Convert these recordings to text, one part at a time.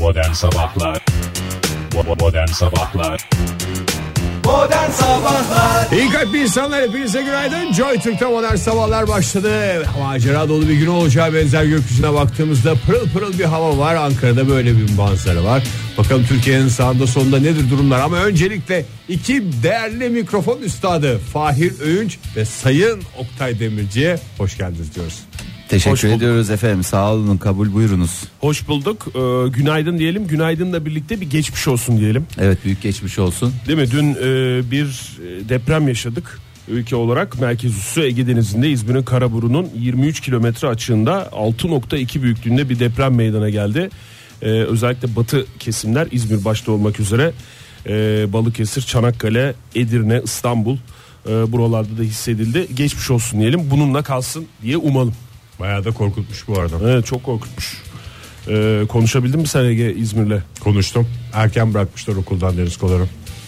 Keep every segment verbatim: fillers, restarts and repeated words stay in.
Modern Sabahlar Modern Sabahlar Modern Sabahlar İyi kalpli insanlar, hepinize günaydın. Joy Türk'te Modern Sabahlar başladı. Macera dolu bir gün olacağı benzer, gökyüzüne baktığımızda pırıl pırıl bir hava var. Ankara'da böyle bir manzara var. Bakalım Türkiye'nin sağında solunda nedir durumlar. Ama öncelikle iki değerli mikrofon üstadı Fahir Öğünç ve Sayın Oktay Demirci'ye hoş geldiniz diyoruz. Teşekkür ediyoruz efendim, sağ olun, kabul buyurunuz. Hoş bulduk. Ee, günaydın diyelim. Günaydınla birlikte bir geçmiş olsun diyelim. Evet, büyük geçmiş olsun. Değil mi? Dün e, bir deprem yaşadık. Ülke olarak merkez üssü Ege Denizi'nde İzmir'in Karaburun'un yirmi üç kilometre açığında altı nokta iki büyüklüğünde bir deprem meydana geldi. Ee, özellikle batı kesimler, İzmir başta olmak üzere e, Balıkesir, Çanakkale, Edirne, İstanbul e, buralarda da hissedildi. Geçmiş olsun diyelim. Bununla kalsın diye umalım. Bayağı da korkutmuş bu arada. Evet, çok korkutmuş. Ee, konuşabildin mi sen Ege İzmir'le? Konuştum. Erken bırakmışlar okuldan deniz koları.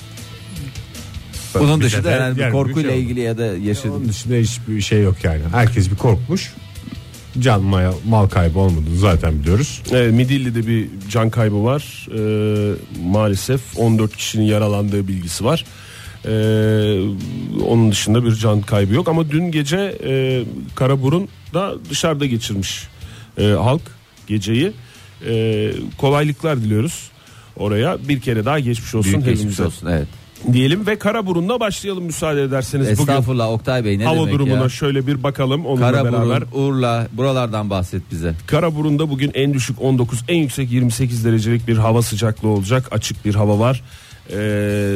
Bunun Bir dışında de- yani bir yani korkuyla bir şey ilgili ya da yaşadığım. Onun dışında hiçbir şey yok yani. Herkes bir korkmuş. Can maya, mal kaybı olmadığını zaten biliyoruz. Evet, Midilli'de bir can kaybı var. Ee, maalesef on dört kişinin yaralandığı bilgisi var. Ee, onun dışında bir can kaybı yok. Ama dün gece e, Karaburun'da dışarıda geçirmiş e, halk geceyi. E, kolaylıklar diliyoruz oraya. Bir kere daha geçmiş olsun Büyük geçmiş hepimize. olsun, evet. Diyelim ve Karaburun'da başlayalım müsaade ederseniz. Estağfurullah Oktay Bey, ne Bugün hava demek durumuna ya? şöyle bir bakalım onunla Karaburun, beraber. Urla, buralardan bahset bize. Karaburun'da bugün en düşük on dokuz, en yüksek yirmi sekiz derecelik bir hava sıcaklığı olacak. Açık bir hava var. Ee,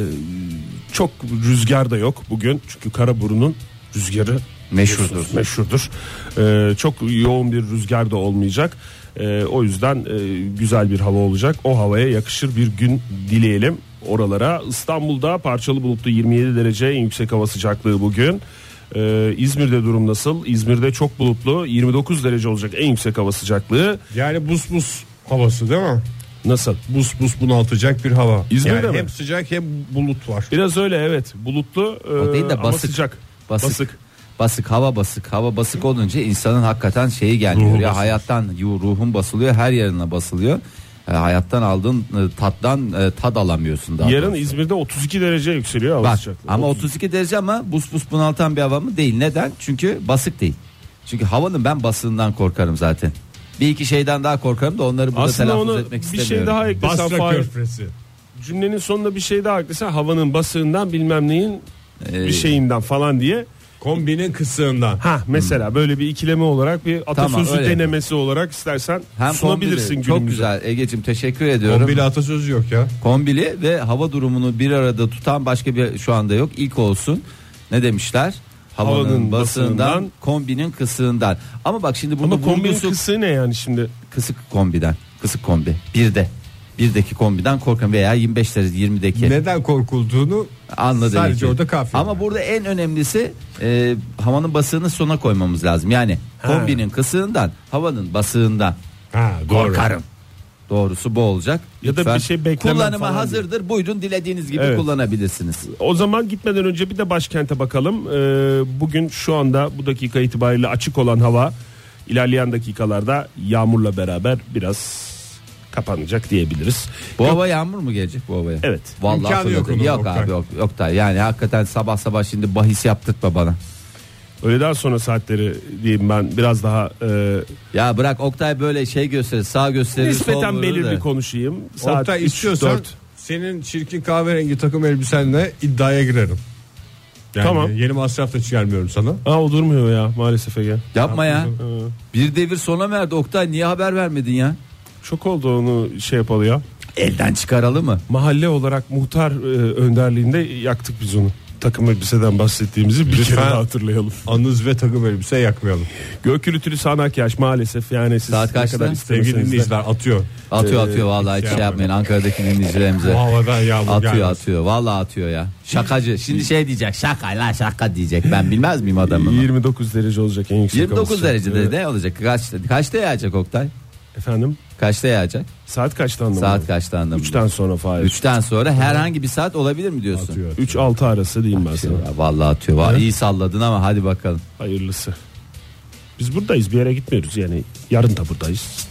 çok rüzgar da yok bugün. Çünkü Karaburun'un rüzgarı Meşhurdur. meşhurdur. Ee, çok yoğun bir rüzgar da olmayacak. Ee, o yüzden e, güzel bir hava olacak. O havaya yakışır bir gün dileyelim oralara. İstanbul'da parçalı bulutlu yirmi yedi derece en yüksek hava sıcaklığı bugün. Ee, İzmir'de durum nasıl? İzmir'de çok bulutlu, yirmi dokuz derece olacak en yüksek hava sıcaklığı. Yani buz buz havası değil mi? Nasıl? Buz buz bunaltacak bir hava. İzmir'de yani mi? hem sıcak hem bulut var. Biraz öyle, evet. Bulutlu e, O değil de ama basık. sıcak. Basık. Basık. Basık, hava basık. Hava basık olunca insanın hakikaten şeyi gelmiyor. Ruhu Ya basılmış. hayattan yu- ruhun basılıyor, her yerine basılıyor. E, hayattan aldığın e, tattan e, tad alamıyorsun daha Yarın doğrusu. İzmir'de otuz iki derece yükseliyor hava Bak, sıcaklığı. ama otuz. otuz iki derece ama buz buz bunaltan bir hava mı? Değil. Neden? Çünkü basık değil. Çünkü havanın ben basığından korkarım zaten. Bir iki şeyden daha korkarım da onları burada Aslında telaffuz ona etmek bir istemiyorum. şey daha eklesen Basra Fahir, Körfezi. cümlenin sonunda bir şey daha eklesen havanın basığından bilmem neyin Ee, bir şeyinden falan diye. Kombinin kısığından. Ha mesela böyle bir ikileme olarak bir atasözü Tamam, öyle. denemesi olarak istersen Hem sunabilirsin kombili, günümüze. çok güzel Ege'cim, teşekkür ediyorum. Kombili atasözü yok ya. Kombili ve hava durumunu bir arada tutan başka bir şu anda yok. İlk olsun. Ne demişler? Havanın, Havanın basığından, basığından, kombinin kısığından. Ama bak şimdi burada Ama kombinin vurgusu- kısığı ne yani şimdi? kısık kombiden. Kısık kombi. Bir de. Birdeki kombiden korkan veya yirmi beş derece yirmideki. Neden korkulduğunu Anladım. sadece ki. orada kafi. Ama burada en önemlisi e, havanın basığını sona koymamız lazım. Yani kombinin kısığından, havanın basığından ha, doğru. korkarım. Doğrusu bu olacak. Ya da Lütfen. bir şey beklemem Kullanıma falan hazırdır. Buyurun, dilediğiniz gibi Evet. kullanabilirsiniz. O zaman gitmeden önce bir de başkente bakalım. Ee, bugün şu anda bu dakika itibariyle açık olan hava ilerleyen dakikalarda yağmurla beraber biraz kapanacak diyebiliriz. Bu hava yağmur mu gelecek bu havaya? Evet. Vallahi İmkanı yok fırladı. onun, Yok Oktay. abi yok, yok da yani hakikaten sabah sabah şimdi bahis yaptırtma bana. Öğleden sonra saatleri diyeyim ben biraz daha e, Ya bırak Oktay, böyle şey gösterir, sağ gösterir, sol nispeten vurur belirli da. konuşayım. Saat Oktay üç, istiyorsan dört. senin çirkin kahverengi takım elbisenle iddiaya girerim. Yani Tamam. yeni masraf da çıkarmıyorum sana. Aa, o durmuyor ya maalesef Ege. Yapma ya. Ee, Bir devir sona verdi Oktay, niye haber vermedin ya? Çok oldu onu şey yapalı ya. Elden çıkaralım mı? Mahalle olarak muhtar e, önderliğinde yaktık biz onu. Takım elbiseden bahsettiğimizi bir Lütfen. kere daha hatırlayalım. Anız ve takım elbise yakmayalım. Gök gürültülü sağanak yağış maalesef, yani siz Saat ne kaçta? kadar Sevgili istemeseniz de. dinleyiciler atıyor. Atıyor Ee, atıyor vallahi, hiç şey şey yapmayın Ankara'daki dinleyicilerimize. Bu havadan yağmur Atıyor gelmez. atıyor vallahi atıyor ya. Şakacı. Şimdi şey diyecek, şaka la şaka diyecek. Ben bilmez miyim adamı? yirmi dokuz derece olacak en yüksek yirmi dokuz hava derecede sıcaklığı. ne olacak? Kaçta, kaçta yağacak Oktay? Efendim? Kaçta yağacak? Saat kaçta anlamadım? Saat kaçta anlamında? üçten sonra Fahir. Üçten sonra herhangi bir saat olabilir mi diyorsun? Atıyor. üç altı arası diyeyim ben sana. Ya vallahi atıyor. Vallahi iyi salladın ama hadi bakalım. Hayırlısı. Biz buradayız, bir yere gitmiyoruz yani. Yarın da buradayız. Biz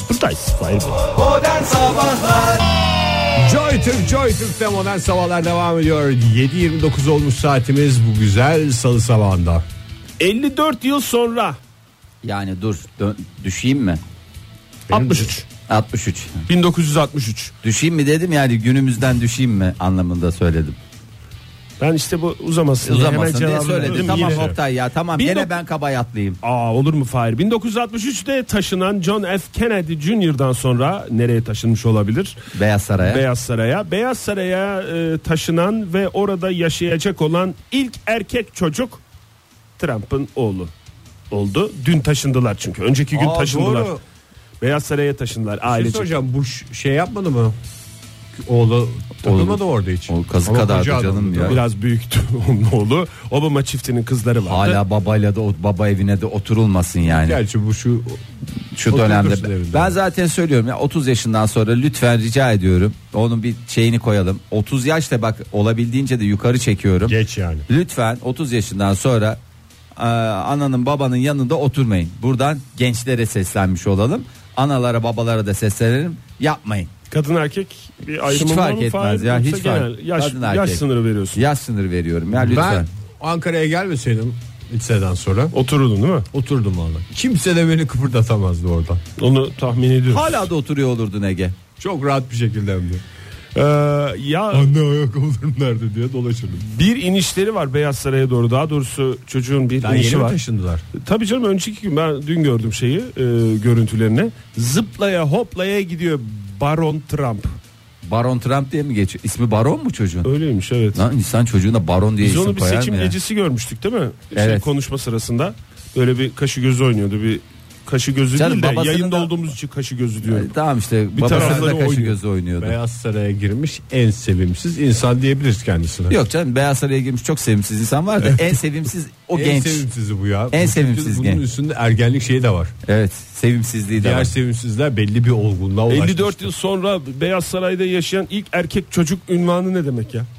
Buradayız. Fahir Bey. Modern Sabahlar. Joy Türk, Joy Türk'te modern sabahlar devam ediyor. yedi yirmi dokuz olmuş saatimiz bu güzel salı sabahında. elli dört yıl sonra. Yani dur dön, düşeyim mi? altmış üç. altmış üç. bin dokuz yüz altmış üç. Düşeyim mi dedim, yani günümüzden düşeyim mi anlamında söyledim. Ben işte bu uzamasın, Uzamasın diye cevabını söyledim. verdim. Tamam Yine. Oktay ya, tamam Bir gene dok- ben kabayatlıyım. Aa, olur mu Fahir? bin dokuz yüz altmış üçte taşınan John F. Kennedy Junior'dan sonra nereye taşınmış olabilir? Beyaz Saray'a. Beyaz Saray'a. Beyaz Saray'a e, taşınan ve orada yaşayacak olan ilk erkek çocuk Trump'ın oğlu oldu. Dün taşındılar çünkü. Önceki gün Aa, taşındılar. doğru. Beyaz Saray'a taşındılar Bir şey ailecek. soracağım, bu ş- şey yapmadı mı? Oğlu takılmadı orada hiç. O kazı Ama kadardı koca canım adamdı, ya. değil mi? Biraz büyüktü onun oğlu. Obama çiftinin kızları vardı. Hala babayla da o baba evine de oturulmasın yani. Gerçi bu şu Şu oturtursun dönemde evinde. ben zaten söylüyorum ya, otuz yaşından sonra lütfen rica ediyorum onun bir şeyini koyalım. otuz yaşta bak, olabildiğince de yukarı çekiyorum. geç yani. Lütfen otuz yaşından sonra e, ananın babanın yanında oturmayın. Buradan gençlere seslenmiş olalım. Analara babalara da seslenelim, yapmayın. Kadın erkek bir ayrımı Hiç var fark mı? etmez Fahir? ya, Yoksa hiç fark- genel yaş, kadın yaş erkek. sınırı veriyorsun. Yaş sınırı veriyorum ya, lütfen. Ben Ankara'ya gelmeseydim liseden sonra Otururdun değil mi? oturdum valla. Kimse de beni kıpırdatamazdı oradan. Onu tahmin ediyorum. Hala da oturuyor olurdun Ege. Çok rahat bir şekilde hem de. Ee, ya Anne ayakkabılarım nerede diye dolaşırdım. bir inişleri var Beyaz Saray'a doğru. Daha doğrusu çocuğun bir Daha inişi yeni mi var. taşındılar? Tabii canım, önceki gün ben dün gördüm şeyi, e, görüntülerini. Zıplaya hoplaya gidiyor Baron Trump. Baron Trump diye mi geçiyor? İsmi Baron mu çocuğun? Öyleymiş, evet. Lan insan çocuğuna Baron diye Biz isim onu bir koyar seçim mı ya? gecesi görmüştük değil mi? Şey, Evet. konuşma sırasında böyle bir kaşı gözü oynuyordu. Bir kaşı gözü Canım, değil de babasının yayında da- olduğumuz için kaşı gözü diyorum. E, tamam işte, Bir babasının tarafları da kaşı oynuyor. gözü oynuyordu. Beyaz Saray'a girmiş en sevimsiz insan diyebiliriz kendisine. Yok canım, Beyaz Saray'a girmiş çok sevimsiz insan var da en sevimsiz o en genç. sevimsizi bu ya. En Bu- sevimsiz Bunun genç. üstünde ergenlik şeyi de var. Evet, sevimsizliği de Diğer var. sevimsizler belli bir olgunluğa ulaşmıştır. elli dört yıl sonra Beyaz Saray'da yaşayan ilk erkek çocuk ünvanı ne demek ya?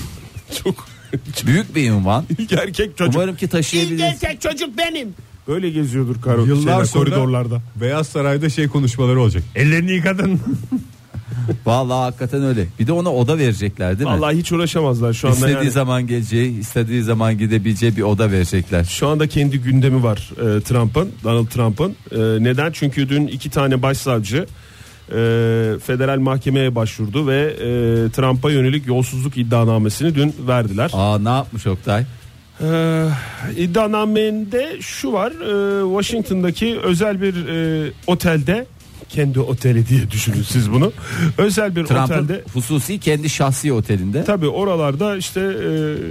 Çok Büyük bir ünvan. ilk erkek çocuk. Umarım ki taşıyabiliriz. çocuk benim. Böyle geziyordur karo, Yıllar şeyler, sonra koridorlarda. Beyaz Saray'da şey konuşmaları olacak. Ellerini yıkadın. Vallahi hakikaten öyle. Bir de ona oda verecekler değil mi? Vallahi hiç uğraşamazlar şu anda. İstediği Yani. zaman geleceği, istediği zaman gidebileceği bir oda verecekler. Şu anda kendi gündemi var e, Trump'ın, Donald Trump'ın. E, neden? Çünkü dün iki tane başsavcı e, federal mahkemeye başvurdu ve e, Trump'a yönelik yolsuzluk iddianamesini dün verdiler. Aa, ne yapmış Oktay? Ee, iddianamende şu var, e, Washington'daki özel bir e, otelde, kendi oteli diye düşünün siz bunu, özel bir Trump'ın otelde, hususi kendi şahsi otelinde. tabi oralarda işte e,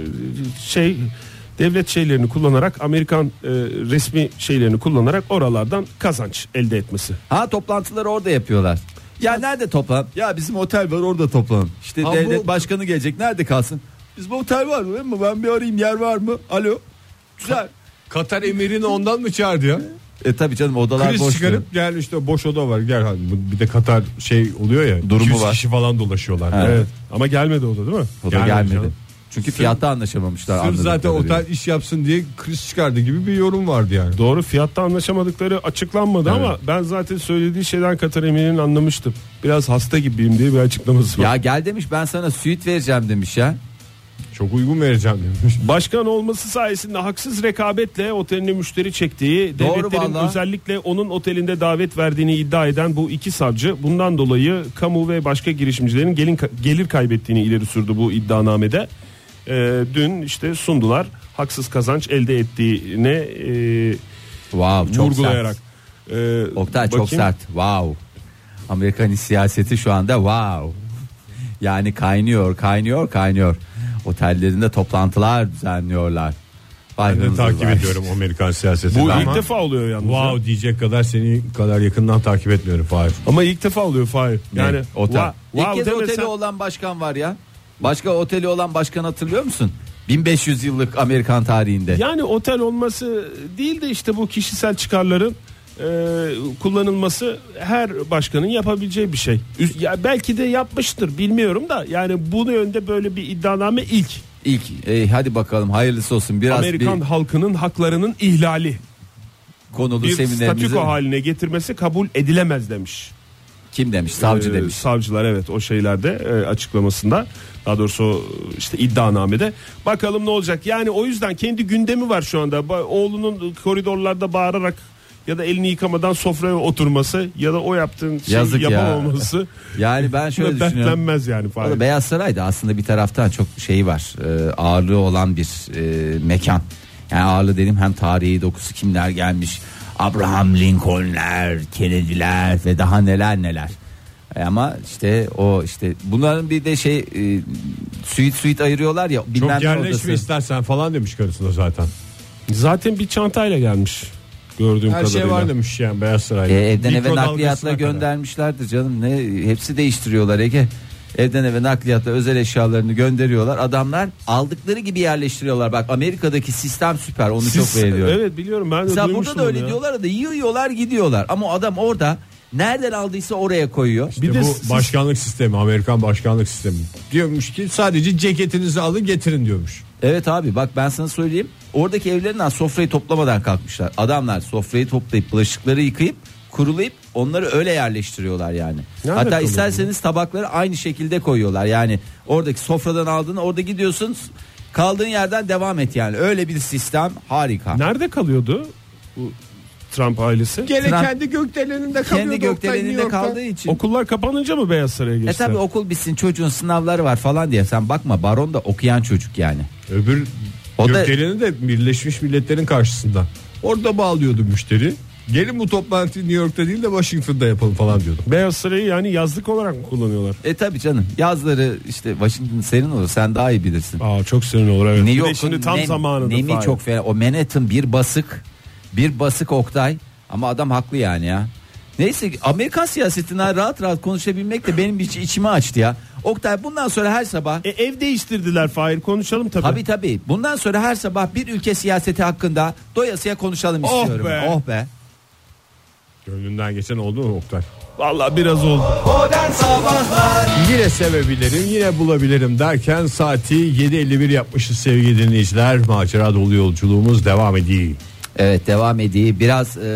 şey devlet şeylerini kullanarak, Amerikan e, resmi şeylerini kullanarak oralardan kazanç elde etmesi. Ha, toplantıları orada yapıyorlar. Ya nerede toplan? Ya bizim otel var, orada toplan. İşte Ha, devlet bu- başkanı gelecek, nerede kalsın? Bizim otel var mı? Değil mi? Ben bir arayayım, yer var mı? Alo. Güzel. Katar emirini ondan mı çağırdı ya? E tabi canım, odalar Kriz boş. çıkarıp gel işte boş oda var gel hadi. Bir de Katar şey oluyor ya. Durumu iki yüz var. kişi falan dolaşıyorlar. Evet. Evet. Ama gelmedi o da, değil mi? O da Gelmedi gelmedi. canım. Çünkü fiyatta anlaşamamışlar. Sırf anladığım zaten kadarıyla. otel iş yapsın diye kriz çıkardı gibi bir yorum vardı yani. Doğru, fiyatta anlaşamadıkları açıklanmadı Evet. ama ben zaten söylediği şeyden Katar emirinin anlamıştım. Biraz hasta gibiyim diye bir açıklaması var. Ya gel demiş, ben sana suite vereceğim demiş ya. Çok uygun vereceğim demiş. Başkan olması sayesinde haksız rekabetle oteline müşteri çektiği, Doğru devletlerin vallahi. özellikle onun otelinde davet verdiğini iddia eden bu iki savcı, bundan dolayı kamu ve başka girişimcilerin gelin, gelir kaybettiğini ileri sürdü bu iddianamede. Ee, dün işte sundular, haksız kazanç elde ettiğine e, Wow, çok vurgulayarak. sert. Ee, Oktay çok bakayım. sert. Wow. Amerikan siyaseti şu anda wow. Yani kaynıyor, kaynıyor, kaynıyor. Otellerinde toplantılar düzenliyorlar. Vay Ben de hınzır takip vay. ediyorum Amerikan siyasetini Bu ama ilk defa oluyor yalnız. ya. wow diyecek kadar seni kadar yakından takip etmiyorum Fahir. Ama ilk defa oluyor Fahir. Yani Ne? Otel. wa- İlk wow kez demesen- oteli olan başkan var ya. Başka oteli olan başkan hatırlıyor musun? bin beş yüz yıllık Amerikan tarihinde. Yani otel olması değil de işte bu kişisel çıkarların e, kullanılması her başkanın yapabileceği bir şey. Üz- Ya belki de yapmıştır, bilmiyorum da yani bu yönde böyle bir iddianame ilk. İlk e, hadi bakalım hayırlısı olsun. Biraz Amerikan bir halkının haklarının ihlali. konulu bir seminerimizi. statüko haline getirmesi kabul edilemez demiş. Kim demiş? Savcı Ee, demiş. Savcılar evet o şeylerde e, açıklamasında. Daha doğrusu işte iddianamede. Bakalım ne olacak. Yani o yüzden kendi gündemi var şu anda. Ba- Oğlunun koridorlarda bağırarak ya da elini yıkamadan sofraya oturması ya da o yaptığın şeyi Yazık ya. yapamaması. Yani ben şöyle düşünüyorum. Dertlenmez yani. O da Beyaz Saray'da aslında bir taraftan çok şeyi var. E, ağırlığı olan bir e, mekan. Yani ağırlığı dedim, hem tarihi dokusu, kimler gelmiş. Abraham Lincoln'ler, Kennedy'ler ve daha neler neler. E, ama işte o işte bunların bir de şey e, suite suite ayırıyorlar ya. Çok ne yerleşme odası. istersen falan demiş karısına zaten. Zaten bir çantayla gelmiş. Gördüğüm Her kadarıyla. şey var demiş yani Beyaz Saray'da. E, evden eve Mikrodalgasına nakliyatla kadar. göndermişlerdir canım. Ne hepsi değiştiriyorlar Ege. Evden eve nakliyatla özel eşyalarını gönderiyorlar. Adamlar aldıkları gibi yerleştiriyorlar. Bak Amerika'daki sistem süper. Onu Siz- çok beğeniyorum. Evet biliyorum, ben de Mesela duymuştum burada da öyle onu ya. diyorlar da yiyorlar gidiyorlar. Ama o adam orada nereden aldıysa oraya koyuyor. İşte Bir de bu siz- başkanlık sistemi, Amerikan başkanlık sistemi. Diyormuş ki sadece ceketinizi alın getirin diyormuş. Evet abi bak ben sana söyleyeyim. Oradaki evlerinden sofrayı toplamadan kalkmışlar. Adamlar sofrayı toplayıp bulaşıkları yıkayıp kurulayıp onları öyle yerleştiriyorlar yani. Nerede Hatta kalıyor isterseniz tabakları aynı şekilde koyuyorlar. Yani oradaki sofradan aldığını orada gidiyorsun, kaldığın yerden devam et yani. Öyle bir sistem harika. Nerede kalıyordu bu Trump ailesi? Gene Trump- kendi gökdeleninde kalıyordu. Kendi Oktay, New gökdeleninde York'ta. kaldığı için. Okullar kapanınca mı Beyaz Saray'a E geçtiler? tabi okul bitsin, çocuğun sınavları var falan diye. Sen bakma, baron da okuyan çocuk yani. Öbür O da- gökdeleni de Birleşmiş Milletler'in karşısında. Orada bağlıyordu müşteri. Gelin bu toplantıyı New York'ta değil de Washington'da yapalım falan diyordu. Beyaz Saray'ı yani yazlık olarak mı kullanıyorlar? E tabi canım, yazları işte Washington serin olur, sen daha iyi bilirsin. Aa çok serin olur evet. New Bir de York'un şimdi tam nem- zamanında. nemi Fahir. çok fena. O Manhattan bir basık, bir basık Oktay. Ama adam haklı yani ya. Neyse, Amerikan siyasetinden rahat rahat konuşabilmek de benim iç, içimi açtı ya. Oktay bundan sonra her sabah E, ev değiştirdiler Fahir, konuşalım tabii. tabi tabi bundan sonra her sabah bir ülke siyaseti hakkında doyasıya konuşalım Oh istiyorum. be. Oh be. Gönlünden geçen oldu mu Oktay? Vallahi biraz oldu. Modern Sabahlar Yine sevebilirim, yine bulabilirim derken saati yedi elli bir yapmışız sevgili dinleyiciler. Macera dolu yolculuğumuz devam ediyor. Evet, devam edeyim. Biraz e,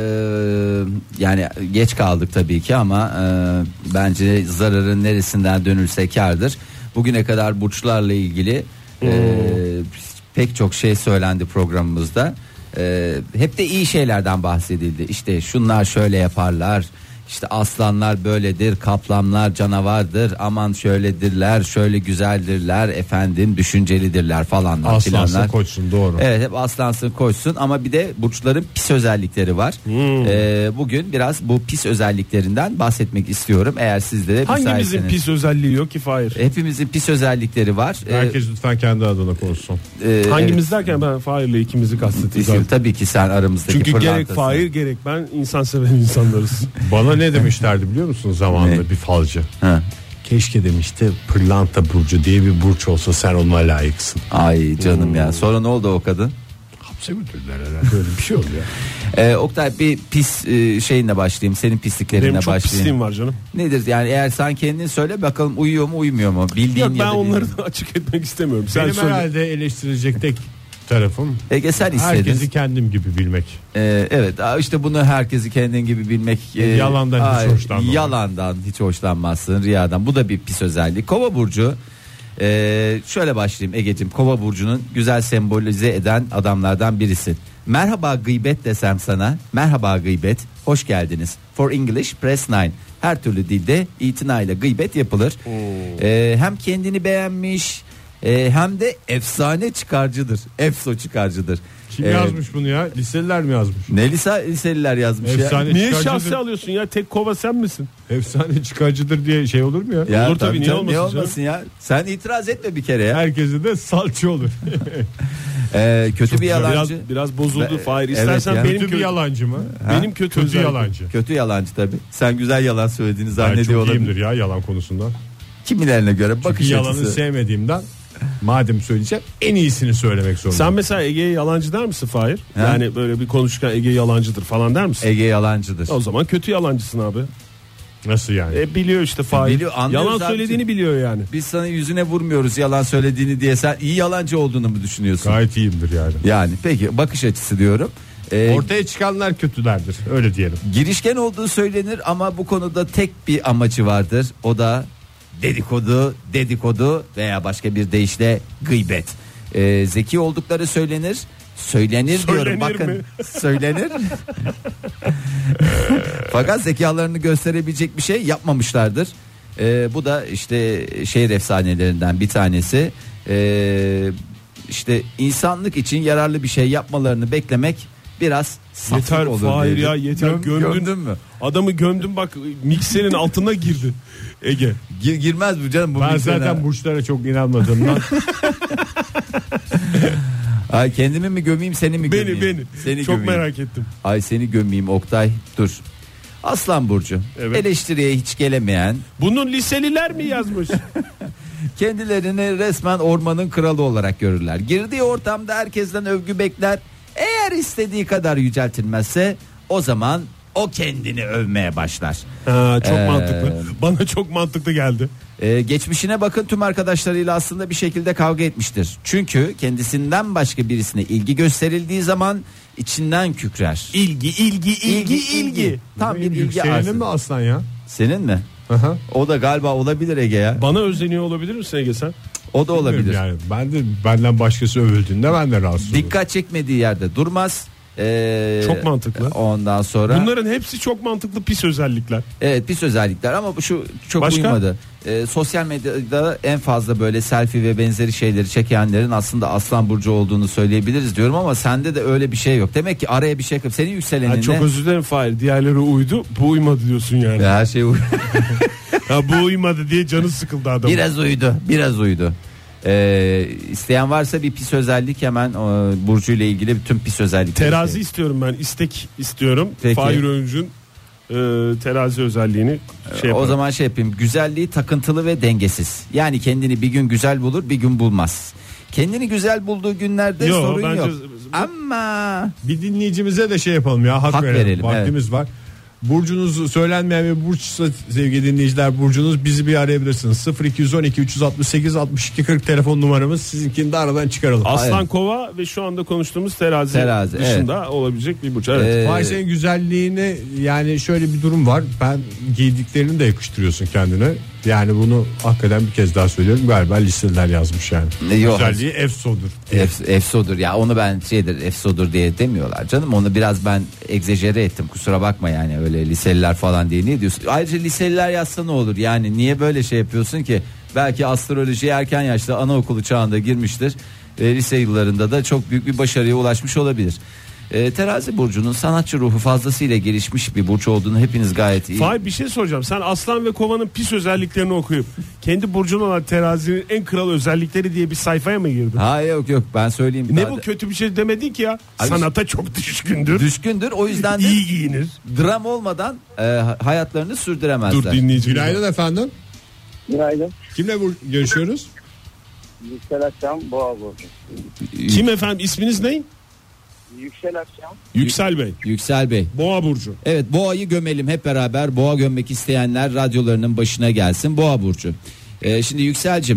yani geç kaldık tabii ki ama e, bence zararın neresinden dönülse kârdır. Bugüne kadar burçlarla ilgili e, pek çok şey söylendi programımızda. E, hep de iyi şeylerden bahsedildi. İşte şunlar şöyle yaparlar. İşte aslanlar böyledir, kaplanlar canavardır, aman şöyledirler, şöyle güzeldirler, efendim düşüncelidirler falanlar Aslansın filanlar. koçsun, doğru. Evet, hep aslansın koşsun ama bir de burçların pis özellikleri var. Hmm. Ee, bugün biraz bu pis özelliklerinden bahsetmek istiyorum. Eğer siz de Hangimizin müsaitseniz. pis özelliği yok ki Fahir? Hepimizin pis özellikleri var. Ee, Herkes lütfen kendi adına konuşsun. e, Hangimiz derken ben Fahir'le ikimizi kastettim evet, zaten. tabii ki sen aramızdaki Çünkü gerek pırlantasın. Fahir gerek ben insan seven insanlarız. Bana ne demişlerdi biliyor musunuz zamanında Ne? bir falcı? Ha. Keşke demişti pırlanta burcu diye bir burç olsa sen ona layıksın. Ay canım ya. Sonra ne oldu o kadın? Hapse götürdüler herhalde, öyle bir şey oldu ya. Ee, Oktay, bir pis e, şeyinle başlayayım. Senin pisliklerinle Benim çok başlayayım. pisliğim var canım. Nedir yani, eğer sen kendin söyle bakalım, uyuyor mu uymuyor mu? Bildiğin Yok ya ben da onları bildiğin. da açık etmek istemiyorum. Sen Benim söyle. herhalde eleştirecek tek tarafım Ege sen istedin. herkesi kendim gibi bilmek. Ee, evet işte bunu herkesi kendin gibi bilmek. e, Yalandan hiç ay, hoşlanmam. Yalandan hiç hoşlanmazsın, riyadan. Bu da bir pis özellik. Kova burcu. e, şöyle başlayayım Ege'cim. Kova burcunun güzel sembolize eden adamlardan birisi. Merhaba gıybet desem sana. Merhaba gıybet. Hoş geldiniz. For English press nine. Her türlü dilde itinayla gıybet yapılır. E, hem kendini beğenmiş, e, hem de efsane çıkarcıdır. Efso çıkarcıdır. Kim Ee, yazmış bunu ya? Liseliler mi yazmış? Ne lisa, liseliler yazmış Efsane ya. Niye çıkarcıdır. şahsi alıyorsun ya? Tek kova sen misin? Efsane çıkarcıdır diye şey olur mu ya? Ya Olur tabii, niye canım, olmasın canım? ya? Sen itiraz etme bir kere ya. Herkese de salça olur. Ee, kötü bir Biraz, yalancı. biraz bozuldu Be- Fahir. evet İstersen ya. benim Kötü bir kö- yalancı mı? benim kötü, Kötü özelliğim. yalancı. Kötü yalancı tabii. Sen güzel yalan söylediğini Ben zannediyor çok olabilir. iyiyimdir ya yalan konusunda. Kimilerine göre Çünkü bakış yalanı açısı. sevmediğimden madem söyleyeceğim en iyisini söylemek zorundayım. Sen mesela Ege'ye yalancı der misin Fahir? Ha? Yani böyle bir konuşurken Ege yalancıdır falan der misin? Ege yalancıdır. O zaman kötü yalancısın abi. Nasıl yani? E biliyor işte Fahir. Biliyor, anlıyoruz Yalan abicim. söylediğini biliyor yani. Biz sana yüzüne vurmuyoruz yalan söylediğini diye, sen iyi yalancı olduğunu mu düşünüyorsun? Gayet iyiyimdir yani. Yani peki bakış açısı diyorum. Ee, Ortaya çıkanlar kötülerdir, öyle diyelim. Girişken olduğu söylenir ama bu konuda tek bir amacı vardır. O da dedikodu, dedikodu veya başka bir deyişle gıybet. Ee, zeki oldukları söylenir. Söylenir, Söylenir diyorum bakın. mi? Söylenir. Fakat zekalarını gösterebilecek bir şey yapmamışlardır. Ee, bu da işte şehir efsanelerinden bir tanesi. Ee, işte insanlık için yararlı bir şey yapmalarını beklemek biraz saflık Yeter olur. Fahir diyelim. ya yeter Göm- gömdün. gömdün mü? Adamı gömdün bak mikserin altına girdi Ege. Gir, girmez bu canım bu Ben miksere. zaten burçlara çok inanmadığımdan. Ay kendimi mi gömeyim seni mi Beni gömeyim? beni Seni çok gömeyim. merak ettim. Ay seni gömeyim Oktay dur. Aslan burcu. Evet. Eleştiriye hiç gelemeyen, Bunun liseliler mi yazmış? kendilerini resmen ormanın kralı olarak görürler. Girdiği ortamda herkesten övgü bekler. Eğer istediği kadar yüceltilmezse o zaman o kendini övmeye başlar. Ha, çok Ee, mantıklı. Bana çok mantıklı geldi. Ee, geçmişine bakın, tüm arkadaşlarıyla aslında bir şekilde kavga etmiştir. Çünkü kendisinden başka birisine ilgi gösterildiği zaman içinden kükrer. İlgi, ilgi, ilgi, ilgi. Tam bir ilgi Yükselenin arsın. mi aslan ya? Senin mi? Aha. O da galiba olabilir Ege ya. Bana özeniyor olabilir misin Ege sen? O da olabilir. Yani ben de benden başkası övüldüğünde ben de rahatsız olurum. Dikkat çekmediği yerde durmaz. Ee, Çok mantıklı. Ondan sonra Bunların hepsi çok mantıklı pis özellikler. evet pis özellikler ama bu şu çok Başka? uymadı. Ee, sosyal medyada en fazla böyle selfie ve benzeri şeyleri çekenlerin aslında Aslan burcu olduğunu söyleyebiliriz diyorum ama sende de öyle bir şey yok. Demek ki araya bir şey yok. Senin yükselenin Ha, ne? çok özür dilerim Fahir. Diğerleri uydu, bu uymadı diyorsun yani. Ya her şey uy- Ha, bu uymadı diye canı sıkıldı adam. biraz uydu, biraz uydu. Ee, isteyen varsa bir pis özellik hemen o, Burcu ile ilgili bütün pis özellikleri. Terazi istiyorum ben. İstek istiyorum. Peki. Fahir Öncü'nün e, terazi özelliğini şey o yaparım. zaman şey yapayım. Güzelliği takıntılı ve dengesiz. Yani kendini bir gün güzel bulur, bir gün bulmaz. Kendini güzel bulduğu günlerde Yo, sorun bence- yok. Ama Bir dinleyicimize de şey yapalım ya, hak, Hak verelim. verelim, Vaktimiz var. Burcunuz söylenmeyen bir burçsa sevgili dinleyiciler, burcunuz, bizi bir arayabilirsiniz. sıfır iki on iki üç altı sekiz altmış iki kırk telefon numaramız, sizinkini de aradan çıkaralım. Aslan Aynen. Kova ve şu anda konuştuğumuz terazi, Terazi, dışında olabilecek bir burç. Evet. Ee, Fahir, senin güzelliğini, yani şöyle bir durum var. Ben giydiklerini de yakıştırıyorsun kendine. Yani bunu hakikaten bir kez daha söylüyorum. Galiba listeler yazmış yani. Ne, yok. Güzelliği efsodur. Ef, efsodur ya, onu ben şeydir efsodur diye demiyorlar canım, onu biraz ben egzajere ettim, kusura bakma yani, öyle liseliler falan diye ne diyorsun. Ayrıca liseliler yazsa ne olur yani, niye böyle şey yapıyorsun ki? Belki astrolojiye erken yaşta anaokulu çağında girmiştir, e, lise yıllarında da çok büyük bir başarıya ulaşmış olabilir. E, terazi burcunun sanatçı ruhu fazlasıyla gelişmiş bir burç olduğunu hepiniz gayet iyi. Fahir, bir şey soracağım. Sen Aslan ve Kova'nın pis özelliklerini okuyup kendi burcun olan terazinin en kral özellikleri diye bir sayfaya mı girdin? Hayır, yok yok, ben söyleyeyim. Ne daha bu, da- kötü bir şey demedin ki ya. Abi- Sanata çok düşkündür. Düşkündür, o yüzden de İyi giyinir. dram olmadan e, hayatlarını sürdüremezler. Dur dinleyici. Günaydın efendim. Günaydın. Kimle bu- görüşüyoruz? Yüksel Akşam Boğa Burcu. Kim efendim, isminiz ne? Yüksel Akşam. Yüksel Bey. Yüksel Bey. Boğa burcu. Evet, boğayı gömelim hep beraber. Boğa gömmek isteyenler radyolarının başına gelsin. Boğa burcu. Ee, şimdi Yükselcim,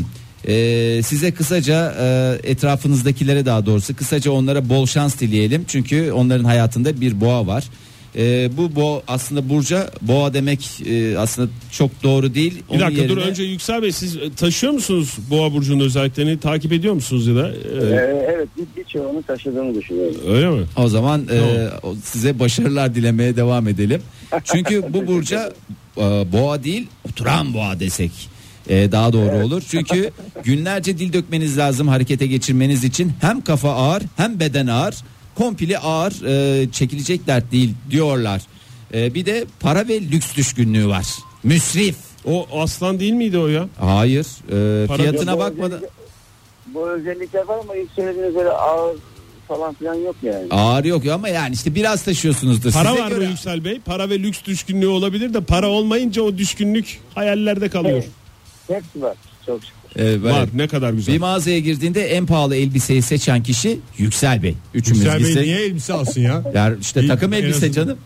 e, size kısaca e, etrafınızdakilere, daha doğrusu kısaca onlara bol şans dileyelim. Çünkü onların hayatında bir boğa var. E, bu boğa aslında burca boğa demek e, aslında çok doğru değil. Bir Onun dakika dur, yerine- önce Yüksel Bey, siz taşıyor musunuz Boğa burcunun özelliklerini, takip ediyor musunuz ya da? Ee, Ee, evet, bir, birçoğunu taşıdığını düşünüyorum. öyle mi? O zaman e, o- size başarılar dilemeye devam edelim. Çünkü bu burca e, boğa değil, oturan boğa desek e, daha doğru olur. Çünkü günlerce dil dökmeniz lazım harekete geçirmeniz için. Hem kafa ağır hem beden ağır. Komple ağır, e, çekilecek dert değil diyorlar. E, bir de para ve lüks düşkünlüğü var. Müsrif. O Aslan değil miydi o ya? Hayır, e, Para- fiyatına Bu bakmadan. özellikler- Bu özellikler var ama ilk söylediğiniz böyle ağır falan filan yok yani. Ağır yok ya, ama yani işte biraz taşıyorsunuzdur. Para Size var göre- mı Yüksel Bey? Para ve lüks düşkünlüğü olabilir de para olmayınca o düşkünlük hayallerde kalıyor. Hepsi var. Çok şükür. E, böyle. Var, ne kadar güzel. Bir mağazaya girdiğinde en pahalı elbiseyi seçen kişi Yüksel Bey. Üçümüz Yüksel Bey gitsek- niye elbise alsın ya? Ya işte İyi, takım en elbise azından. canım.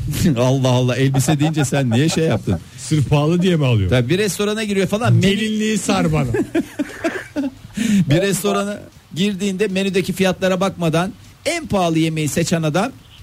Allah Allah, elbise deyince sen niye şey yaptın? Sırf pahalı diye mi alıyor? Ya bir restorana giriyor falan. Menü, Gelinliği sar bana. bir restorana girdiğinde menüdeki fiyatlara bakmadan en pahalı yemeği seçen adam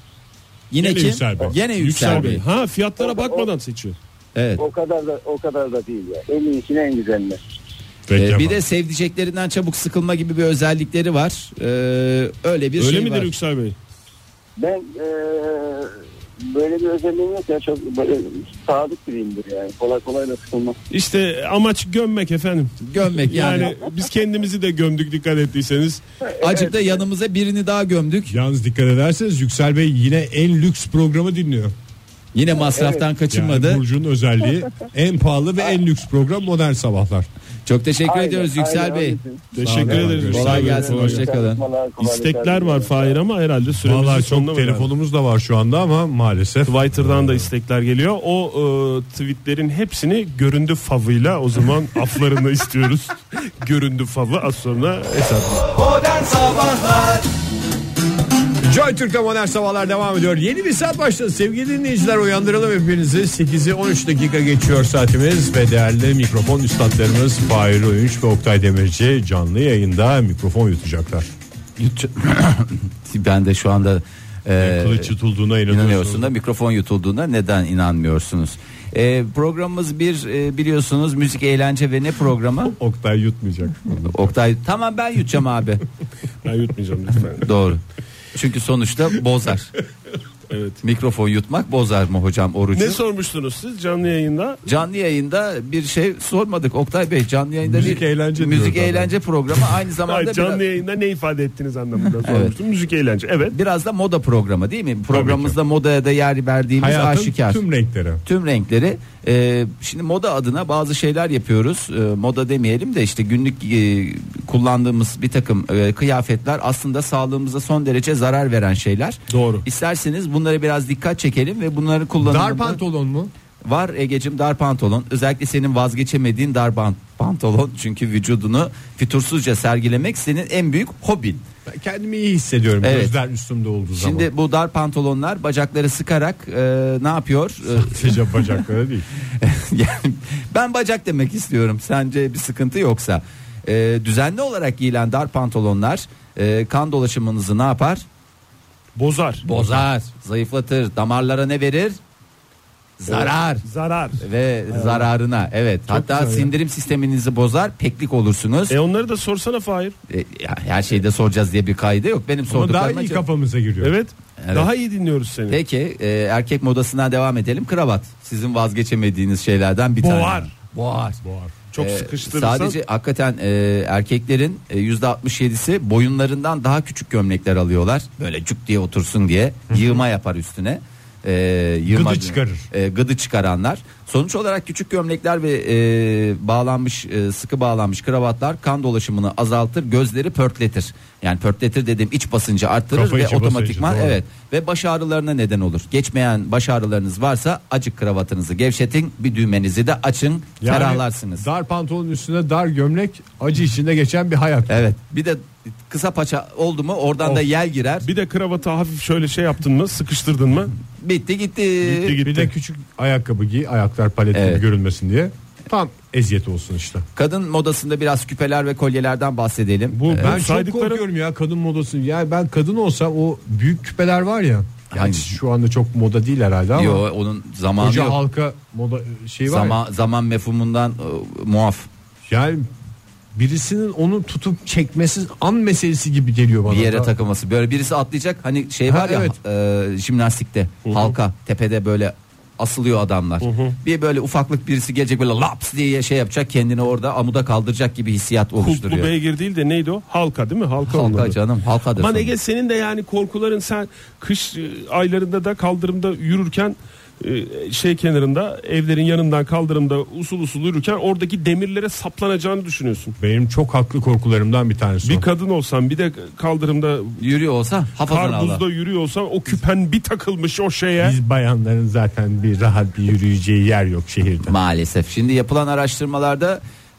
Yine Yine kim? Yüksel Bey. Yine Yüksel, Yüksel Bey. Bey. Ha fiyatlara O- bakmadan seçiyor. Evet. O kadar da o kadar da değil ya. En iyisini en güzelini. Peki Ee, bir efendim. de sevdiceklerinden çabuk sıkılma gibi bir özellikleri var. Ee, öyle bir Öyle şey midir var. Yüksel Bey? Ben eee, böyle bir özelliğim yok ya, çok böyle sadık biriyimdir yani. Kolay kolay da sıkılmaz. İşte amaç gömmek efendim. Gömmek yani. Yani biz kendimizi de gömdük dikkat ettiyseniz. Acık da yanımıza birini daha gömdük. Yalnız dikkat ederseniz Yüksel Bey yine en lüks programı dinliyor. Yine masraftan kaçınmadı. Yani Burcu'nun özelliği en pahalı ve en lüks program Modern Sabahlar. Çok teşekkür Aynen, ediyoruz Yüksel aynen, Bey. aynen. Teşekkür olun. ederiz. Yüksel Kolay Bey. gelsin, Kolay hoşça kalın. İstekler var Fahir ama herhalde süremiz Vallahi sonuna çok mı telefonumuz da var şu anda ama maalesef. Twitter'dan da istekler geliyor. O e, tweetlerin hepsini göründü favıyla o zaman aflarını istiyoruz. Göründü favı az sonra hesap. Joy Türk'te Modern Sabahlar devam ediyor. Yeni bir saat başladı. Sevgili dinleyiciler, uyandıralım hepinizi. sekizi on üç dakika geçiyor saatimiz ve değerli mikrofon üstadlarımız Fahir Öğünç ve Oktay Demirci canlı yayında mikrofon yutacaklar. Ben de şu anda e, Kılıç yutulduğuna inanıyorsunuz. inanıyorsun da mikrofon yutulduğuna neden inanmıyorsunuz? E, programımız bir e, biliyorsunuz müzik, eğlence ve ne programı? Oktay yutmayacak. Oktay tamam ben yutacağım abi. Ben yutmayacağım lütfen. Doğru. Çünkü sonuçta bozar. Evet. Mikrofon yutmak bozar mı hocam orucu? Ne sormuştunuz siz canlı yayında? Canlı yayında bir şey sormadık Oktay Bey. Canlı yayında Müzik, bir eğlence müzik diyoruz eğlence programı aynı zamanda Hayır, canlı biraz, yayında ne ifade ettiniz anlamında sormuştum. Müzik eğlence. Evet. biraz da moda programı değil mi? Programımızda modaya da yer verdiğimiz Hayatın aşikar. tüm renkleri. Tüm renkleri. Ee, şimdi moda adına bazı şeyler yapıyoruz. Ee, moda demeyelim de işte günlük e, kullandığımız bir takım e, kıyafetler aslında sağlığımıza son derece zarar veren şeyler. Doğru. İsterseniz bunlara biraz dikkat çekelim ve bunları kullanalım. Dar pantolon mu? Var Egecim, dar pantolon. Özellikle senin vazgeçemediğin dar bant- pantolon. Çünkü vücudunu fütursuzca sergilemek senin en büyük hobin. Ben kendimi iyi hissediyorum. Evet. Gözler üstümde olduğu zaman. Şimdi bu dar pantolonlar bacakları sıkarak e, ne yapıyor? E, Sadece bacakları değil. yani ben bacak demek istiyorum. Sence bir sıkıntı yoksa. E, düzenli olarak giyilen dar pantolonlar e, kan dolaşımınızı ne yapar? Bozar. Bozar, zayıflatır. Damarlara ne verir? Zarar. Zarar. Ve zararına evet. Hatta güzel ya. sindirim sisteminizi bozar, peklik olursunuz. E onları da sorsana Fahir. E, ya, her şeyde soracağız diye bir kaydı yok. Benim Ama daha sorduklarıma iyi cevap- kafamıza giriyor. Evet. Evet. Daha iyi dinliyoruz seni. Peki e, erkek modasından devam edelim. Kravat. Sizin vazgeçemediğiniz şeylerden bir tane. Boğar. Boğar. Boğar. Çok Ee, sıkıştırırsan. Sadece hakikaten e, erkeklerin e, yüzde altmış yedisi boyunlarından daha küçük gömlekler alıyorlar. Böyle cuk diye otursun diye yığma yapar üstüne. E, yığma, Gıdı çıkarır. E, gıdı çıkaranlar. Sonuç olarak küçük gömlekler ve e, bağlanmış e, sıkı bağlanmış kravatlar kan dolaşımını azaltır, gözleri pörtletir. Yani pörtletir dediğim iç basıncı arttırır Kafa ve içi otomatikman basıncı, doğru. evet ve baş ağrılarına neden olur. Geçmeyen baş ağrılarınız varsa acık kravatınızı gevşetin, bir düğmenizi de açın, Yani ferahlarsınız. dar pantolonun üstüne dar gömlek, acı içinde geçen bir hayat. Evet. Bir de kısa paça oldu mu oradan da Of. yel girer. Bir de kravatı hafif şöyle şey yaptın mı, sıkıştırdın mı? Bitti gitti. Bitti gitti. Bir de küçük ayakkabı giy, ayaklar palet gibi Evet. görünmesin diye. Tam eziyet olsun işte. Kadın modasında biraz küpeler ve kolyelerden bahsedelim. Bu Ee, ben çok saydıkları- korkuyorum ya kadın modası. Yani ben kadın olsam o büyük küpeler var ya. Hangi? Yani şu anda çok moda değil herhalde ama. Yo, onun zamanı Koca yok. halka moda şey var. Zaman zaman mefhumundan e, muaf. Ya. Yani birisinin onu tutup çekmesi an meselesi gibi geliyor bana. Bir yere da. takılması. Böyle birisi atlayacak. Hani şey Ha, var ya evet. e, jimnastikte halka tepede böyle asılıyor adamlar. Bir böyle ufaklık birisi gelecek böyle laps diye şey yapacak, kendini orada amuda kaldıracak gibi hissiyat Kulplu oluşturuyor. beygir değil de neydi o? Halka değil mi? Halka, Halka onları. canım, halkadır. Aman sonra. Ege, senin de yani korkuların, sen kış e, aylarında da kaldırımda yürürken e, şey kenarında, evlerin yanından kaldırımda usul usul yürürken oradaki demirlere saplanacağını düşünüyorsun. Benim çok haklı korkularımdan bir tanesi. Bir o. kadın olsan, bir de kaldırımda Yürüyor olsa hafazan kar Allah. buzda yürüyor olsan, o küpen bir takılmış o şeye. Biz bayanların zaten bir rahat bir yürüyeceği yer yok şehirde. Maalesef. Şimdi yapılan araştırmalarda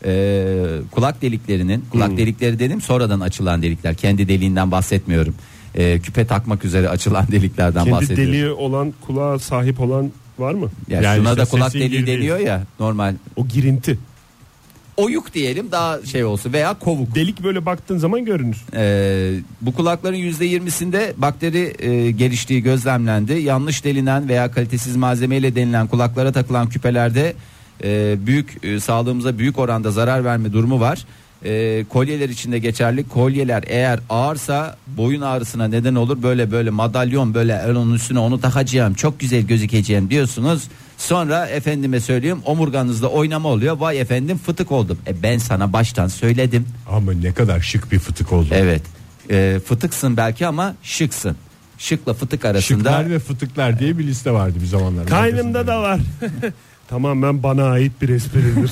e, kulak deliklerinin, kulak Hmm. delikleri dedim sonradan açılan delikler. Kendi deliğinden bahsetmiyorum. E, küpe takmak üzere açılan deliklerden Kendi bahsediyorum. deliği olan, kulağa sahip olan var mı? Yani, Yani şuna işte da kulak sesin deliği girdiği- deniyor ya normal. O girinti. oyuk diyelim daha şey olsun veya kovuk. Delik böyle baktığın zaman görünür. Ee, bu kulakların yüzde yirmisinde bakteri e, geliştiği gözlemlendi. Yanlış delinen veya kalitesiz malzemeyle denilen kulaklara takılan küpelerde e, büyük e, sağlığımıza büyük oranda zarar verme durumu var. E, kolyeler içinde geçerli. Kolyeler eğer ağırsa boyun ağrısına neden olur. Böyle böyle madalyon böyle onun üstüne onu takacağım çok güzel gözükeceğim diyorsunuz. Sonra efendime söyleyeyim omurganızda oynama oluyor. Vay efendim fıtık oldum. E ben sana baştan söyledim. Ama ne kadar şık bir fıtık oldu. Evet. E, fıtıksın belki ama şıksın. Şıkla fıtık arasında. Şıklar ve fıtıklar diye bir liste vardı bir zamanlar. Kaynımda da var. Tamamen bana ait bir espridir.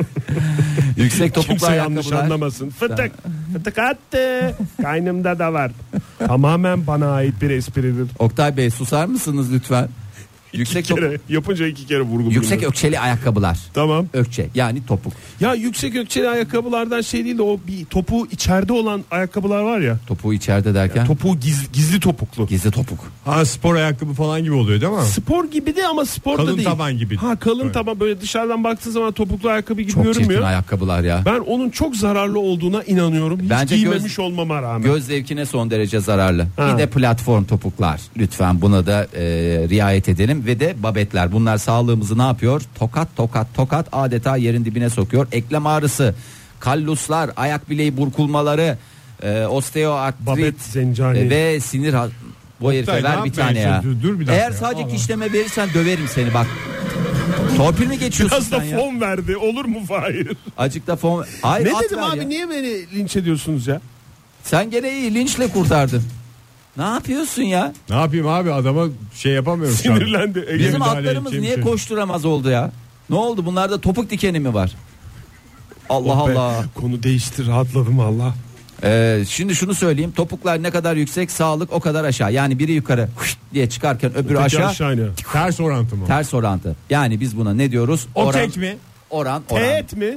Yüksek topuklu Kimse yanlış ayakkabılar. anlamasın. Fıtık. Fıtık attı. Kaynımda da var. Tamamen bana ait bir espridir. Oktay Bey susar mısınız lütfen? Yüksek İki top- kere, yapınca iki kere vurguluyorum. Yüksek ökçeli ayakkabılar. Tamam. Ökçe yani topuk. Ya yüksek ökçeli ayakkabılardan şey değil de o bir topuğu içeride olan ayakkabılar var ya. Topuğu içeride derken Topuğu giz, gizli topuklu. gizli topuk. Ha spor ayakkabı falan gibi oluyor değil mi? Spor gibi de ama spor da Kalın değil. taban gibi. Ha kalın Evet. taban böyle dışarıdan baktığın zaman topuklu ayakkabı gibi Çok çirkin görünmüyor. ayakkabılar ya. Ben onun çok zararlı olduğuna inanıyorum. Hiç Bence giymemiş göz- olmama rağmen. Göz zevkine son derece zararlı. Ha. Bir de platform topuklar. Lütfen buna da e, riayet edelim ve de babetler. Bunlar sağlığımızı ne yapıyor? Tokat tokat tokat adeta yerin dibine sokuyor. Eklem ağrısı, kalluslar, ayak bileği burkulmaları, e, osteoartrit Babet, zencani. e, ve sinir ha- bu Oktay, herife ne ver bir yapmaya tane ya. çalışıyorsun? Dur bir dakika Eğer ya. sadece Allah. kişleme verirsen döverim seni bak. Torpil mi geçiyorsun Biraz da sen ya? fon verdi. Olur mu Fahir? Acık da fon. Hayır, Ne at dedim ver abi ya. niye beni linç ediyorsunuz ya? Sen gene iyi linçle kurtardın. Ne yapıyorsun ya? Ne yapayım abi adama şey yapamıyorum. şu an. Sinirlendi. Ege Bizim müdahale atlarımız edeceğim niye şey. koşturamaz oldu ya? Ne oldu? Bunlarda topuk dikeni mi var? Allah Oh be, Allah. Konu değişti, rahatladım Allah. Ee, şimdi şunu söyleyeyim. Topuklar ne kadar yüksek, sağlık o kadar aşağı. Yani biri yukarı huşt diye çıkarken öbürü Peki aşağı. aşağı iniyor. Ters orantı mı? Ters orantı. Yani biz buna ne diyoruz? O Oran, tek mi? Oran, oran. Teğet mi?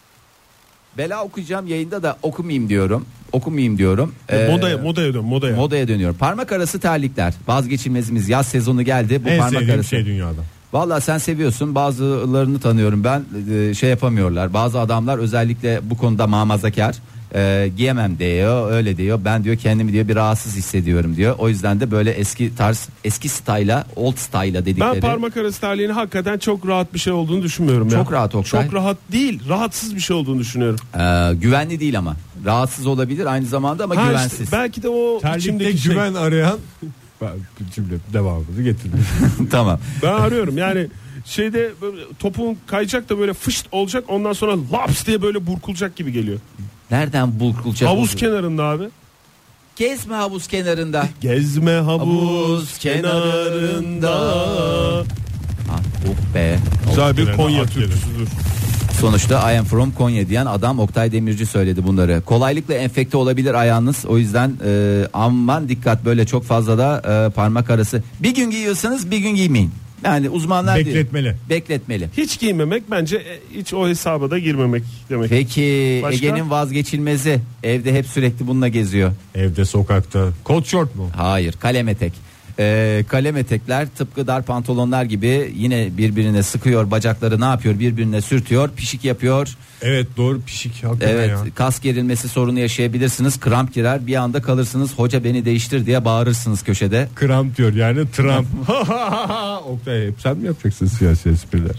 Bela okuyacağım yayında da okumayayım diyorum. Okumayayım diyorum. Ee, modaya, modaya dön, modaya. modaya dönüyorum. Parmak arası terlikler. Vazgeçilmezimiz yaz sezonu geldi. Bu En parmak sevdiğim arası. şey dünyada. Vallahi sen seviyorsun, bazılarını tanıyorum ben, e, şey yapamıyorlar. Bazı adamlar özellikle bu konuda mamazakar. E, giyemem diyor, öyle diyor. Ben diyor kendimi diyor bir rahatsız hissediyorum diyor. O yüzden de böyle eski tarz, eski style'a, old style'a dedikleri. Ben parmak arası terliğinin hakikaten çok rahat bir şey olduğunu düşünmüyorum ya. Çok rahat Oktay. Çok rahat değil, rahatsız bir şey olduğunu düşünüyorum. E, güvenli değil ama. Rahatsız olabilir aynı zamanda ama Ha işte, güvensiz. belki de o Terlikte içimdeki şey. güven arayan ben cümle devamını getirdim. Tamam. Ben arıyorum yani şeyde böyle topuğun kayacak da böyle fışt olacak, ondan sonra laps diye böyle burkulacak gibi geliyor. Nereden bulkulacak? Havuz bu? kenarında abi. Gezme havuz kenarında. Gezme havuz, Havuz kenarında. Ah, oh be. Güzel bir Havuz Konya kenarında at türküsüdür. Sonuçta I am from Konya diyen adam Oktay Demirci söyledi bunları. Kolaylıkla enfekte olabilir ayağınız. O yüzden e, aman dikkat, böyle çok fazla da e, parmak arası. Bir gün giyiyorsanız bir gün giymeyin. Yani uzmanlar diyor. Bekletmeli. Bekletmeli. Hiç giymemek bence e, hiç o hesaba da girmemek demek. Peki Başka? Ege'nin vazgeçilmezi. Evde hep sürekli bununla geziyor. Evde sokakta. Kot şort mu? Hayır, kalem etek. Ee, kalem etekler tıpkı dar pantolonlar gibi yine birbirine sıkıyor, bacakları ne yapıyor, birbirine sürtüyor, pişik yapıyor. Evet doğru, pişik hakikaten Evet, ya. kas gerilmesi sorunu yaşayabilirsiniz. Kramp girer, bir anda kalırsınız. Hoca beni değiştir diye bağırırsınız köşede. Kramp diyor yani Trump. Oktay hep sen mi yapacaksın siyasi espriler?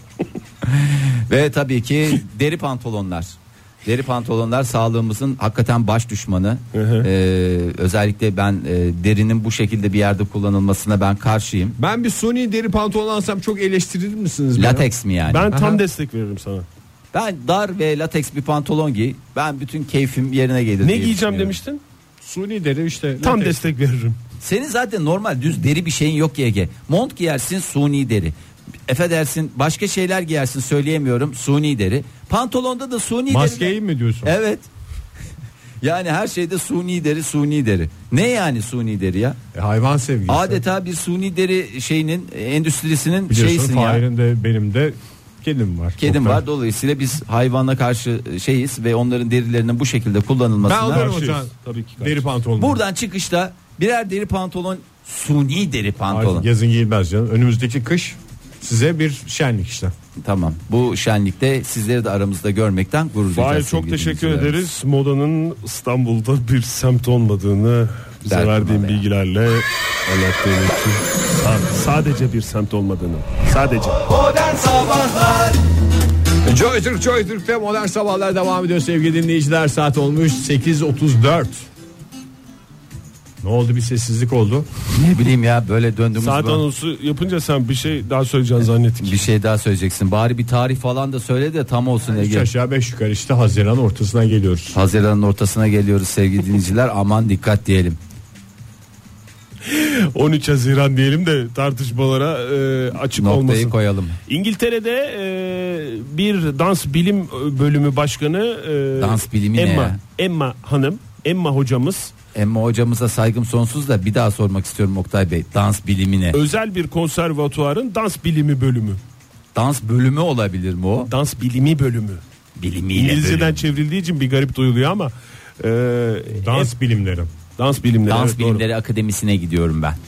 Ve tabii ki deri pantolonlar. Deri pantolonlar sağlığımızın hakikaten baş düşmanı. Ee, özellikle ben e, derinin bu şekilde bir yerde kullanılmasına ben karşıyım. Ben bir suni deri pantolon alsam çok eleştirir misiniz? beni? Lateks mi yani? Ben tam Aha. destek veririm sana. Ben dar ve lateks bir pantolon giy. Ben bütün keyfim yerine gelir. Ne diye giyeceğim düşünüyorum. demiştin? Suni deri işte. Tam latex. destek veririm. Senin zaten normal düz deri bir şeyin yok ki Ege. Mont giyersin, suni deri. Affedersin, başka şeyler giyersin, söyleyemiyorum, suni deri. Pantolonda da suni Maskeyi deri. mi diyorsun? Evet. Yani her şeyde suni deri, suni deri. Ne yani suni deri ya? E, hayvan sevgisi. Adeta bir suni deri şeyinin, endüstrisinin Biliyorsun şeysin ya. Fahir'in de benim de kedim var. Kedim Oktay. var, dolayısıyla biz hayvana karşı şeyiz ve onların derilerinin bu şekilde Ben kullanılmasına. alırım o Karşıyız. zaman Tabii ki deri pantolon. Buradan çıkışta birer deri pantolon, suni deri pantolon. Artık yazın giyilmez canım. Önümüzdeki kış size bir şenlik işte. Tamam. Bu şenlikte sizleri de aramızda görmekten gurur duyacağız. Fahir, çok sevgili teşekkür dinleyiciler. ederiz. Modanın İstanbul'da bir semt olmadığını bize Derdim verdiğin abi ya. bilgilerle anlattığın için sa- sadece bir semt olmadığını. Sadece. Joy Türk, Joy Türk'te modern sabahlar devam ediyor sevgili dinleyiciler. Saat olmuş sekiz otuz dört. Ne oldu, bir sessizlik oldu. Ne bileyim ya, böyle döndüğümüz Saat zaman- anonsu yapınca sen bir şey daha söyleyeceğini zannettik. Bir şey daha söyleyeceksin. Bari bir tarih falan da söyle de tam olsun Üç Ege. aşağı beş yukarı işte Haziran ortasına geliyoruz. Haziran'ın ortasına geliyoruz sevgili dinleyiciler. Aman dikkat diyelim. on üç Haziran diyelim de tartışmalara e, açık Noktayı olmasın. koyalım. İngiltere'de e, bir dans bilim bölümü başkanı e, Dans bilimi ne Emma, ya? Emma Hanım, Emma hocamız Emma hocamıza saygım sonsuz da bir daha sormak istiyorum Oktay Bey. Dans bilimi ne? özel bir konservatuarın dans bilimi bölümü. Dans bölümü olabilir mi o? Dans bilimi bölümü. Bilimiyle İngilizceden bölüm. çevrildiği için bir garip duyuluyor ama e, Dans em- bilimleri. dans bilimleri. Dans evet, doğru. bilimleri akademisine gidiyorum ben.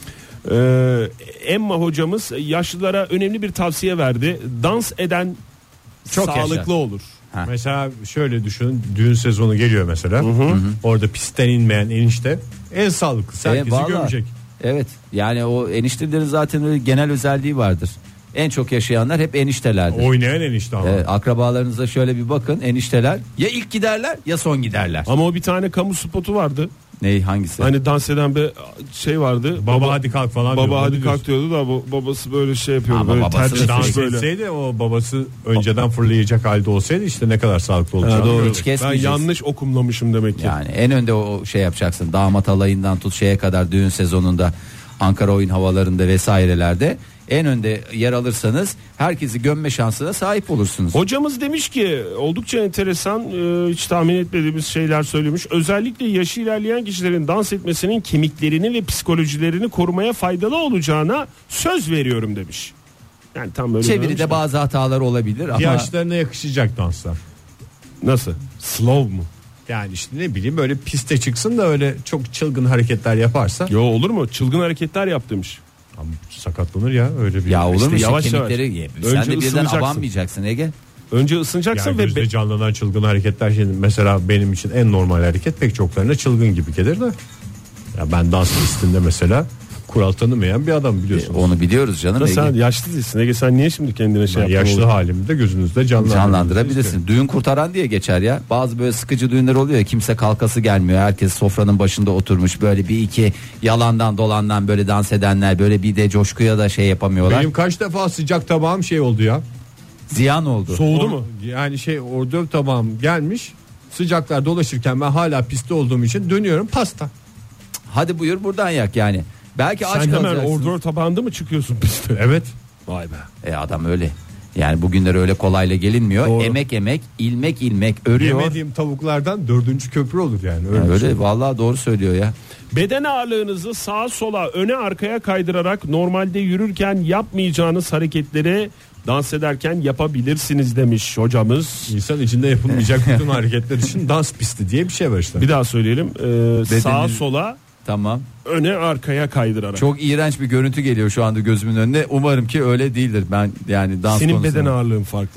Ee, Emma hocamız yaşlılara önemli bir tavsiye verdi. Dans eden Çok sağlıklı yaşa. olur. Ha. Mesela şöyle düşünün, düğün sezonu geliyor mesela. Orada pistten inmeyen enişte en sağlıklısı, herkesi E, vallahi. gömecek. Evet, yani o eniştelerin zaten öyle genel özelliği vardır. En çok yaşayanlar hep eniştelerdir. Oynayan enişte ama. Evet, akrabalarınıza şöyle bir bakın, enişteler ya ilk giderler ya son giderler. Ama o bir tane kamu spotu vardı. Ne, hangisi? Hani dans eden bir şey vardı. Baba hadi kalk falan Baba diyordu, hadi biliyorsun. kalk diyordu da bu- babası böyle şey yapıyordu. Ama böyle babası ter da çıkmış Dans böyle. etseydi o babası önceden fırlayacak halde olsaydı işte ne kadar sağlıklı olacağını Ha, doğru. görürdük. Hiç Ben kesmeyeceksin. yanlış okumlamışım demek ki. Yani en önde o şey yapacaksın. Damat alayından tut şeye kadar, düğün sezonunda, Ankara oyun havalarında vesairelerde en önde yer alırsanız herkesi gömme şansına sahip olursunuz. Hocamız demiş ki oldukça enteresan, e, hiç tahmin etmediğimiz şeyler söylemiş. Özellikle yaşı ilerleyen kişilerin dans etmesinin kemiklerini ve psikolojilerini korumaya faydalı olacağına söz veriyorum demiş. Yani tam böyle dememiş Çeviride de. bazı hatalar olabilir ama Yaşlarına yakışacak danslar. Nasıl? Slow mu? Yani işte ne bileyim, böyle piste çıksın da öyle çok çılgın hareketler yaparsa Yo, olur mu? Çılgın hareketler yap demiş. ama sakatlanır ya öyle bir. ya olur mu İşte işte yavaş kemikleri yavaş. ye. Önce Sen de birden ısınacaksın. abanmayacaksın Ege. Önce ısınacaksın Yani ve gözde be- canlanan çılgın hareketler şimdi mesela benim için en normal hareket, pek çoklarına çılgın gibi gelir de. Ya ben dans pistinde mesela kural tanımayan bir adam, biliyorsunuz. Onu biliyoruz canım Da Ege. sen yaşlı değilsin Ege, sen niye şimdi kendine şey Ben yaptın? yaşlı oğlum? halimi de gözünüzde canlandırabilirsiniz. Canlandırabilirsin. Düğün kurtaran diye geçer ya. Bazı böyle sıkıcı düğünler oluyor ya, kimse kalkası gelmiyor. Herkes sofranın başında oturmuş, böyle bir iki yalandan dolandan böyle dans edenler, böyle bir de coşkuya da şey yapamıyorlar. Benim kaç defa sıcak tabağım şey oldu ya. Ziyan oldu. Soğudu O- mu? Yani şey ordöv tabağım gelmiş. Sıcaklar dolaşırken ben hala pistte olduğum için dönüyorum, pasta. Hadi buyur buradan yak yani. Belki aç Sen hemen kalacaksın. ordör tabağında mı çıkıyorsun piste? Evet. Vay be. E adam öyle. Yani bugünler öyle kolayla gelinmiyor. Doğru. Emek emek, ilmek ilmek örüyor. Yemediğim tavuklardan dördüncü köprü olur yani. Öyle, Yani bir öyle şey. vallahi doğru söylüyor ya. Beden ağırlığınızı sağa sola, öne arkaya kaydırarak normalde yürürken yapmayacağınız hareketleri dans ederken yapabilirsiniz demiş hocamız. İnsan içinde yapılmayacak bütün hareketler için dans pisti diye bir şey var işte. Bir daha söyleyelim. Ee, sağa sola, Tamam. öne arkaya kaydırarak. Çok iğrenç bir görüntü geliyor şu anda gözümün önüne. Umarım ki öyle değildir. Ben yani dans Senin konusunda- beden ağırlığın farklı.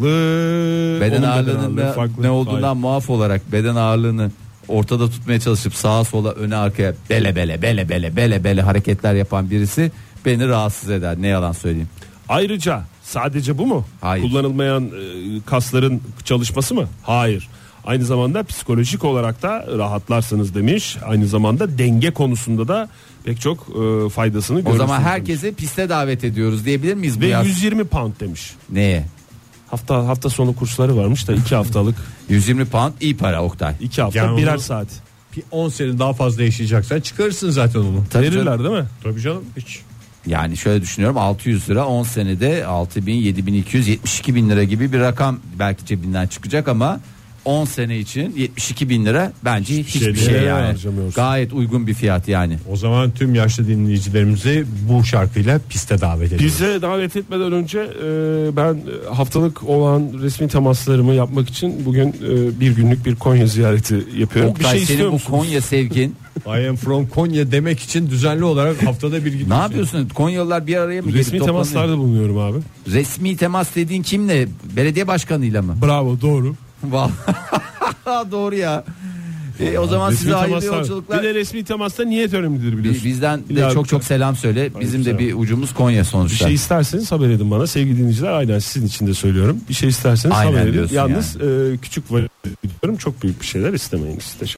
beden onun ağırlığının da farklı. ne olduğundan muaf olarak beden ağırlığını ortada tutmaya çalışıp sağa sola öne arkaya bele bele bele bele bele bele hareketler yapan birisi beni rahatsız eder. Ne yalan söyleyeyim. Ayrıca sadece bu mu? Hayır. Kullanılmayan e, kasların çalışması mı? Hayır. Aynı zamanda psikolojik olarak da rahatlarsınız demiş. Aynı zamanda denge konusunda da pek çok e, faydasını O görürsünüz zaman demiş. herkesi piste davet ediyoruz diyebilir miyiz bu Ve yaz? yüz yirmi pound demiş. Neye? Hafta hafta sonu kursları varmış da iki haftalık. yüz yirmi pound iyi para Oktay. iki hafta Yani birer onu- saat. Bir on sene daha fazla yaşayacaksan çıkarırsın zaten onu. Tabii Verirler canım. değil mi? Tabii canım, hiç. Yani şöyle düşünüyorum, altı yüz lira on senede altı bin yedi bin iki yüz yetmiş iki bin lira gibi bir rakam belki cebinden çıkacak ama on sene için yetmiş iki bin lira bence hiçbir Şey, şey nereye yani. harcamıyorsun? Gayet uygun bir fiyat yani. O zaman tüm yaşlı dinleyicilerimizi bu şarkıyla piste davet ediyoruz. Bize davet etmeden önce e, ben haftalık olan resmi temaslarımı yapmak için bugün e, bir günlük bir Konya ziyareti yapıyorum. Oktay, bir şey senin istiyor bu musunuz? Konya sevgin. I am from Konya demek için düzenli olarak haftada bir gidiyorsun. Ne yapıyorsun? Konyalılar bir araya mı gelip Resmi toplanıyor? temaslarda bulunuyorum abi. Resmi temas dediğin kimle? Belediye başkanıyla mı? Bravo, doğru. Vallahi doğru ya. E, o zaman Resmi size hayırlı temaslar. yolculuklar. Bir de resmi temasta niyet önemlidir biliyorsun. Bizden de İlla- çok çok selam söyle. Bizim de bir ucumuz Konya Bir sonuçta. şey isterseniz haber edin bana sevgili dinleyiciler. Aynen sizin için de söylüyorum. Bir şey isterseniz Aynen haber edin. diyorsun Yalnız e, küçük var diyorum, çok büyük bir şeyler istemeyin. Teşekkür